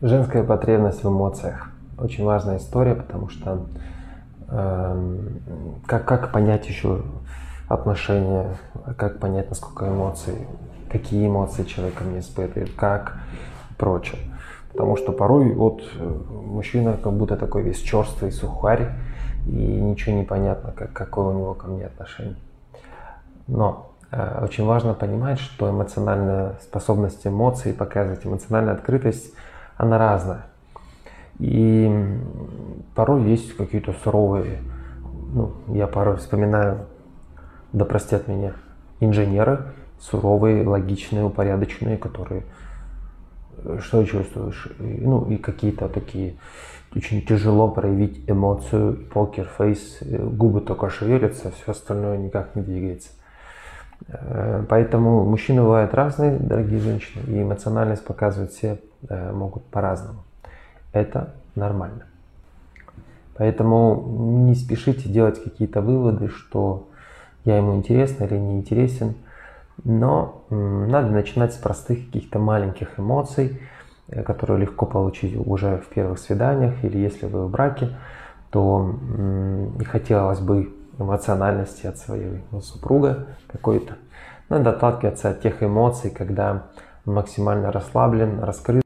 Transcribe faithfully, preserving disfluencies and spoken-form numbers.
Женская потребность в эмоциях. Очень важная история, потому что э, как, как понять еще отношения, как понять, насколько эмоции, какие эмоции человек ко мне испытывает, как и прочее. Потому что порой вот мужчина как будто такой весь черствый сухарь, и ничего не понятно, как, какое у него ко мне отношение. Но э, очень важно понимать, что эмоциональная способность эмоций, показывать эмоциональную открытость, она разная. И порой есть какие-то суровые, ну, я порой вспоминаю, да простят меня, инженеры, суровые, логичные, упорядоченные, которые, что чувствуешь, и, ну, и какие-то такие, очень тяжело проявить эмоцию, покер-фейс, губы только шевелятся, все остальное никак не двигается. Поэтому мужчины бывают разные, дорогие женщины, и эмоциональность показывать все могут по-разному. Это нормально. Поэтому не спешите делать какие-то выводы, что я ему интересен или не интересен. Но надо начинать с простых каких-то маленьких эмоций, которые легко получить уже в первых свиданиях, или если вы в браке, то и хотелось бы эмоциональности от своего супруга какой-то. Надо отталкиваться от тех эмоций, когда он максимально расслаблен, раскрыт.